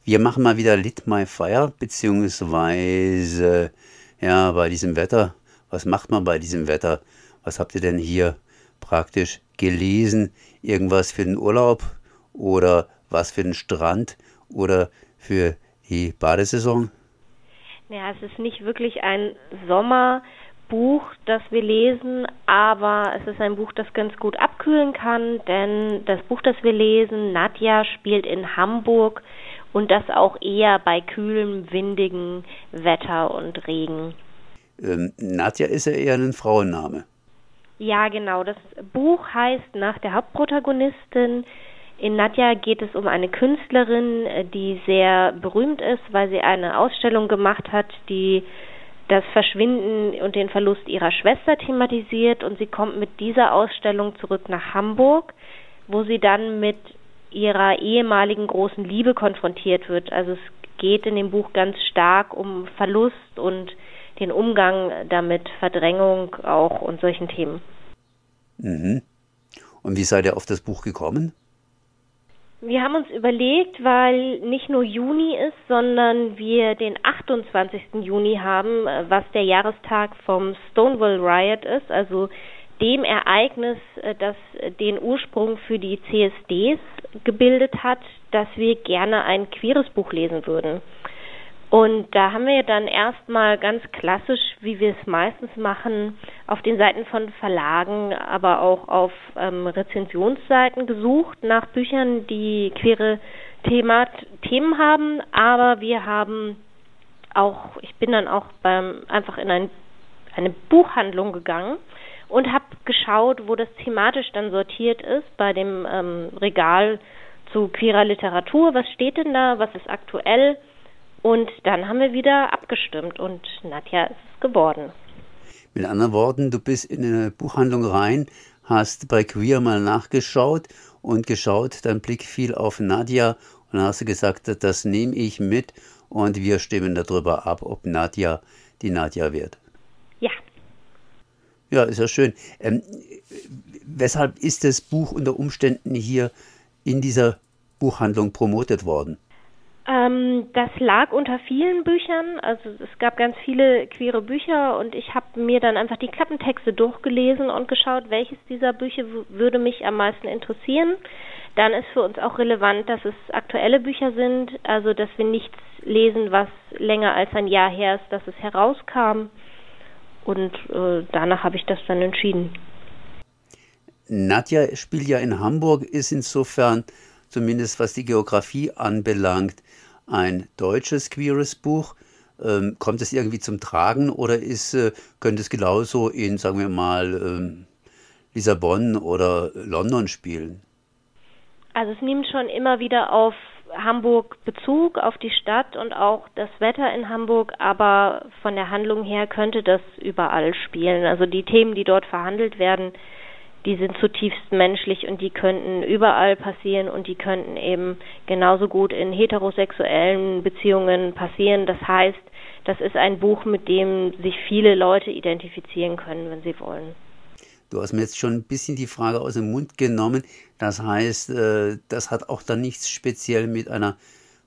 Wir machen mal wieder Lit My Fire, beziehungsweise, ja, bei diesem Wetter. Was macht man bei diesem Wetter? Was habt ihr denn hier praktisch gelesen? Irgendwas für den Urlaub oder was für den Strand oder für die Badesaison? Ja, es ist nicht wirklich ein Sommerbuch, das wir lesen, aber es ist ein Buch, das ganz gut abkühlen kann, denn das Buch, das wir lesen, Nadja, spielt in Hamburg und das auch eher bei kühlem, windigen Wetter und Regen. Nadja ist ja eher ein Frauenname. Ja, genau. Das Buch heißt nach der Hauptprotagonistin. In Nadja geht es um eine Künstlerin, die sehr berühmt ist, weil sie eine Ausstellung gemacht hat, die das Verschwinden und den Verlust ihrer Schwester thematisiert. Und sie kommt mit dieser Ausstellung zurück nach Hamburg, wo sie dann mit ihrer ehemaligen großen Liebe konfrontiert wird. Also es geht in dem Buch ganz stark um Verlust und den Umgang damit, Verdrängung auch und solchen Themen. Mhm. Und wie seid ihr auf das Buch gekommen? Wir haben uns überlegt, weil nicht nur Juni ist, sondern wir den 28. Juni haben, was der Jahrestag vom Stonewall Riot ist, also dem Ereignis, das den Ursprung für die CSDs gebildet hat, dass wir gerne ein queeres Buch lesen würden. Und da haben wir dann erstmal ganz klassisch, wie wir es meistens machen, auf den Seiten von Verlagen, aber auch auf Rezensionsseiten gesucht nach Büchern, die queere Themen haben. Aber wir haben auch, ich bin dann auch einfach in eine Buchhandlung gegangen und habe geschaut, wo das thematisch dann sortiert ist, bei dem Regal zu queerer Literatur. Was steht denn da? Was ist aktuell? Und dann haben wir wieder abgestimmt und Nadja ist es geworden. Mit anderen Worten, du bist in eine Buchhandlung rein, hast bei Queer mal nachgeschaut und geschaut, dein Blick fiel auf Nadja und dann hast du gesagt, das nehme ich mit und wir stimmen darüber ab, ob Nadja die Nadja wird. Ja. Ja, ist ja schön. Weshalb ist das Buch unter Umständen hier in dieser Buchhandlung promotet worden? Das lag unter vielen Büchern, also es gab ganz viele queere Bücher und ich habe mir dann einfach die Klappentexte durchgelesen und geschaut, welches dieser Bücher würde mich am meisten interessieren. Dann ist für uns auch relevant, dass es aktuelle Bücher sind, also dass wir nichts lesen, was länger als ein Jahr her ist, dass es herauskam und danach habe ich das dann entschieden. Nadja spielt ja in Hamburg, ist insofern, zumindest was die Geografie anbelangt, ein deutsches queeres Buch. Kommt es irgendwie zum Tragen oder könnte es genauso in, sagen wir mal, Lissabon oder London spielen? Also es nimmt schon immer wieder auf Hamburg Bezug, auf die Stadt und auch das Wetter in Hamburg, aber von der Handlung her könnte das überall spielen. Also die Themen, die dort verhandelt werden, die sind zutiefst menschlich und die könnten überall passieren und die könnten eben genauso gut in heterosexuellen Beziehungen passieren. Das heißt, das ist ein Buch, mit dem sich viele Leute identifizieren können, wenn sie wollen. Du hast mir jetzt schon ein bisschen die Frage aus dem Mund genommen. Das heißt, das hat auch dann nichts speziell mit einer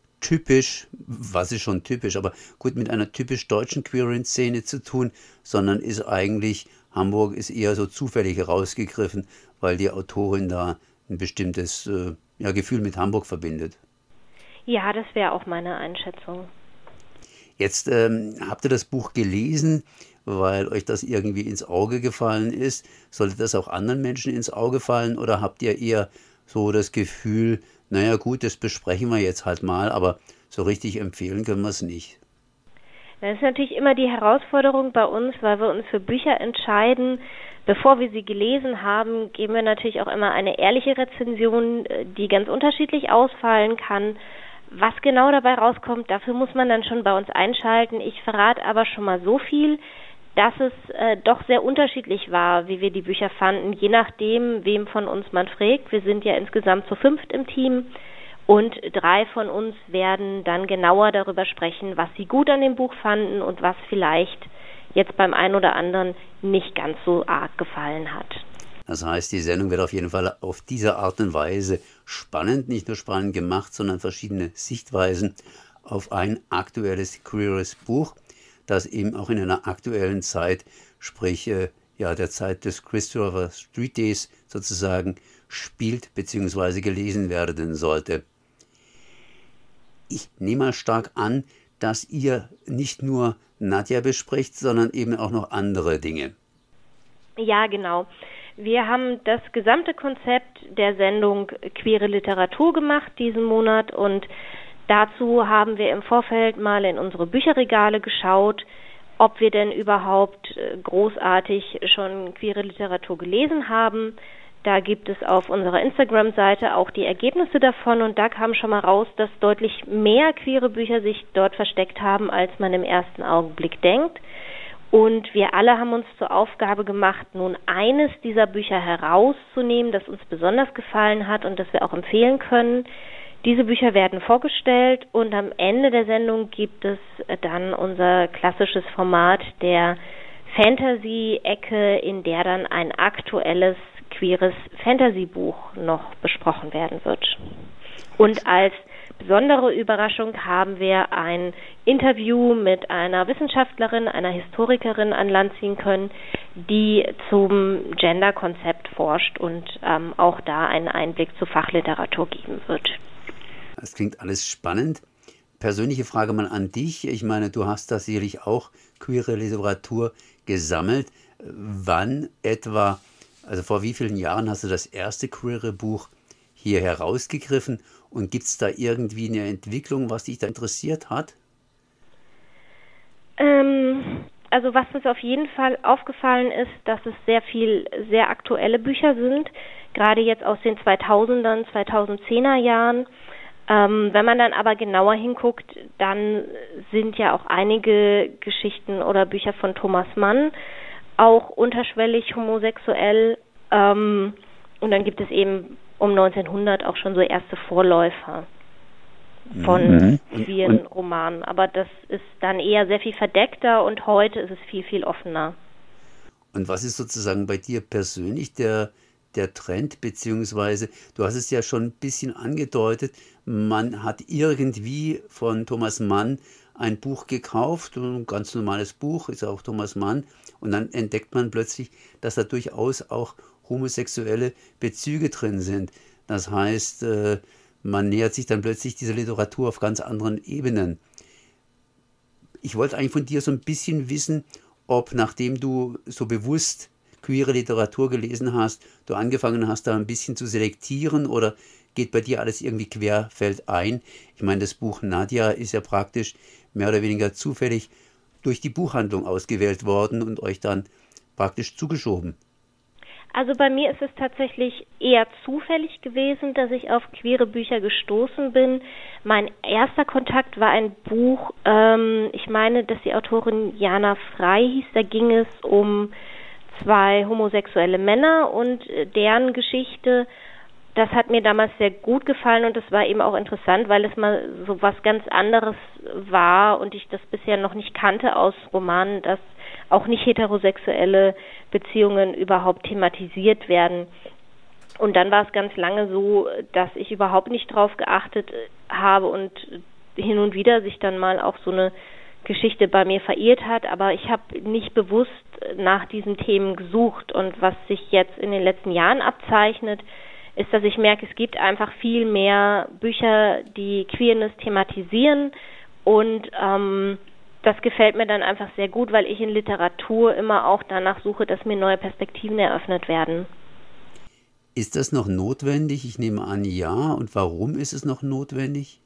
was ist schon typisch, aber gut, mit einer typisch deutschen Queering-Szene zu tun, sondern ist eigentlich, Hamburg ist eher so zufällig herausgegriffen, weil die Autorin da ein bestimmtes Gefühl mit Hamburg verbindet. Ja, das wäre auch meine Einschätzung. Jetzt habt ihr das Buch gelesen, weil euch das irgendwie ins Auge gefallen ist. Sollte das auch anderen Menschen ins Auge fallen oder habt ihr eher so das Gefühl, naja gut, das besprechen wir jetzt halt mal, aber so richtig empfehlen können wir es nicht? Das ist natürlich immer die Herausforderung bei uns, weil wir uns für Bücher entscheiden. Bevor wir sie gelesen haben, geben wir natürlich auch immer eine ehrliche Rezension, die ganz unterschiedlich ausfallen kann. Was genau dabei rauskommt, dafür muss man dann schon bei uns einschalten. Ich verrate aber schon mal so viel, dass es doch sehr unterschiedlich war, wie wir die Bücher fanden, je nachdem, wem von uns man fragt. Wir sind ja insgesamt zu 5 im Team und 3 von uns werden dann genauer darüber sprechen, was sie gut an dem Buch fanden und was vielleicht jetzt beim einen oder anderen nicht ganz so arg gefallen hat. Das heißt, die Sendung wird auf jeden Fall auf diese Art und Weise spannend, nicht nur spannend gemacht, sondern verschiedene Sichtweisen auf ein aktuelles queeres Buch, das eben auch in einer aktuellen Zeit, sprich der Zeit des Christopher Street Days sozusagen, spielt bzw. gelesen werden sollte. Ich nehme mal stark an, dass ihr nicht nur Nadja besprecht, sondern eben auch noch andere Dinge. Ja, genau. Wir haben das gesamte Konzept der Sendung Queere Literatur gemacht diesen Monat und dazu haben wir im Vorfeld mal in unsere Bücherregale geschaut, ob wir denn überhaupt großartig schon queere Literatur gelesen haben. Da gibt es auf unserer Instagram-Seite auch die Ergebnisse davon und da kam schon mal raus, dass deutlich mehr queere Bücher sich dort versteckt haben, als man im ersten Augenblick denkt. Und wir alle haben uns zur Aufgabe gemacht, nun eines dieser Bücher herauszunehmen, das uns besonders gefallen hat und das wir auch empfehlen können. Diese Bücher werden vorgestellt und am Ende der Sendung gibt es dann unser klassisches Format der Fantasy-Ecke, in der dann ein aktuelles queeres Fantasy-Buch noch besprochen werden wird. Und als besondere Überraschung haben wir ein Interview mit einer Wissenschaftlerin, einer Historikerin an Land ziehen können, die zum Gender-Konzept forscht und auch da einen Einblick zur Fachliteratur geben wird. Das klingt alles spannend. Persönliche Frage mal an dich. Ich meine, du hast da sicherlich auch queere Literatur gesammelt. Wann etwa, also vor wie vielen Jahren hast du das erste queere Buch hier herausgegriffen? Und gibt es da irgendwie eine Entwicklung, was dich da interessiert hat? Also was uns auf jeden Fall aufgefallen ist, dass es sehr aktuelle Bücher sind, gerade jetzt aus den 2000ern, 2010er Jahren. Wenn man dann aber genauer hinguckt, dann sind ja auch einige Geschichten oder Bücher von Thomas Mann auch unterschwellig homosexuell. Und dann gibt es eben um 1900 auch schon so erste Vorläufer von queeren Romanen. Aber das ist dann eher sehr viel verdeckter und heute ist es viel, viel offener. Und was ist sozusagen bei dir persönlich der Trend, beziehungsweise du hast es ja schon ein bisschen angedeutet, man hat irgendwie von Thomas Mann ein Buch gekauft, ein ganz normales Buch, ist auch Thomas Mann, und dann entdeckt man plötzlich, dass da durchaus auch homosexuelle Bezüge drin sind. Das heißt, man nähert sich dann plötzlich dieser Literatur auf ganz anderen Ebenen. Ich wollte eigentlich von dir so ein bisschen wissen, ob nachdem du so bewusst queere Literatur gelesen hast, du angefangen hast, da ein bisschen zu selektieren oder geht bei dir alles irgendwie querfeldein? Ich meine, das Buch Nadja ist ja praktisch mehr oder weniger zufällig durch die Buchhandlung ausgewählt worden und euch dann praktisch zugeschoben. Also bei mir ist es tatsächlich eher zufällig gewesen, dass ich auf queere Bücher gestoßen bin. Mein erster Kontakt war ein Buch, ich meine, dass die Autorin Jana Frey hieß, da ging es um 2 homosexuelle Männer und deren Geschichte. Das hat mir damals sehr gut gefallen und das war eben auch interessant, weil es mal so was ganz anderes war und ich das bisher noch nicht kannte aus Romanen, dass auch nicht heterosexuelle Beziehungen überhaupt thematisiert werden. Und dann war es ganz lange so, dass ich überhaupt nicht drauf geachtet habe und hin und wieder sich dann mal auch so eine Geschichte bei mir verirrt hat, aber ich habe nicht bewusst nach diesen Themen gesucht. Und was sich jetzt in den letzten Jahren abzeichnet, ist, dass ich merke, es gibt einfach viel mehr Bücher, die Queerness thematisieren und das gefällt mir dann einfach sehr gut, weil ich in Literatur immer auch danach suche, dass mir neue Perspektiven eröffnet werden. Ist das noch notwendig? Ich nehme an, ja. Und warum ist es noch notwendig?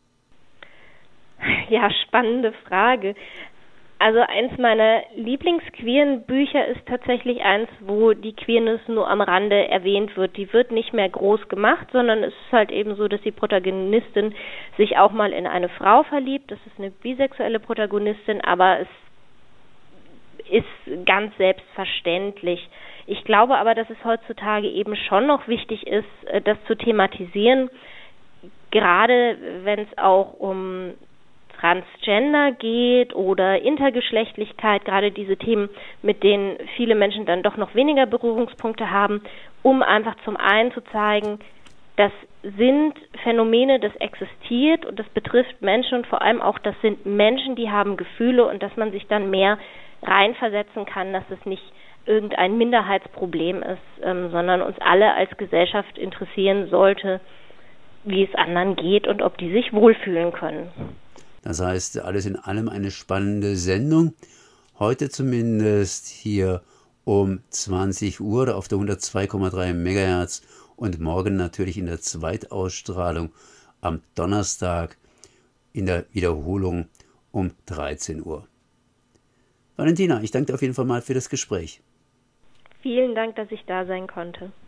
Ja, spannende Frage. Also eins meiner Lieblingsqueeren Bücher ist tatsächlich eins, wo die Queerness nur am Rande erwähnt wird. Die wird nicht mehr groß gemacht, sondern es ist halt eben so, dass die Protagonistin sich auch mal in eine Frau verliebt. Das ist eine bisexuelle Protagonistin, aber es ist ganz selbstverständlich. Ich glaube aber, dass es heutzutage eben schon noch wichtig ist, das zu thematisieren, gerade wenn es auch um Transgender geht oder Intergeschlechtlichkeit, gerade diese Themen, mit denen viele Menschen dann doch noch weniger Berührungspunkte haben, um einfach zum einen zu zeigen, das sind Phänomene, das existiert und das betrifft Menschen und vor allem auch, das sind Menschen, die haben Gefühle und dass man sich dann mehr reinversetzen kann, dass es nicht irgendein Minderheitsproblem ist, sondern uns alle als Gesellschaft interessieren sollte, wie es anderen geht und ob die sich wohlfühlen können. Das heißt, alles in allem eine spannende Sendung. Heute zumindest hier um 20 Uhr oder auf der 102,3 MHz und morgen natürlich in der Zweitausstrahlung am Donnerstag in der Wiederholung um 13 Uhr. Valentina, ich danke dir auf jeden Fall mal für das Gespräch. Vielen Dank, dass ich da sein konnte.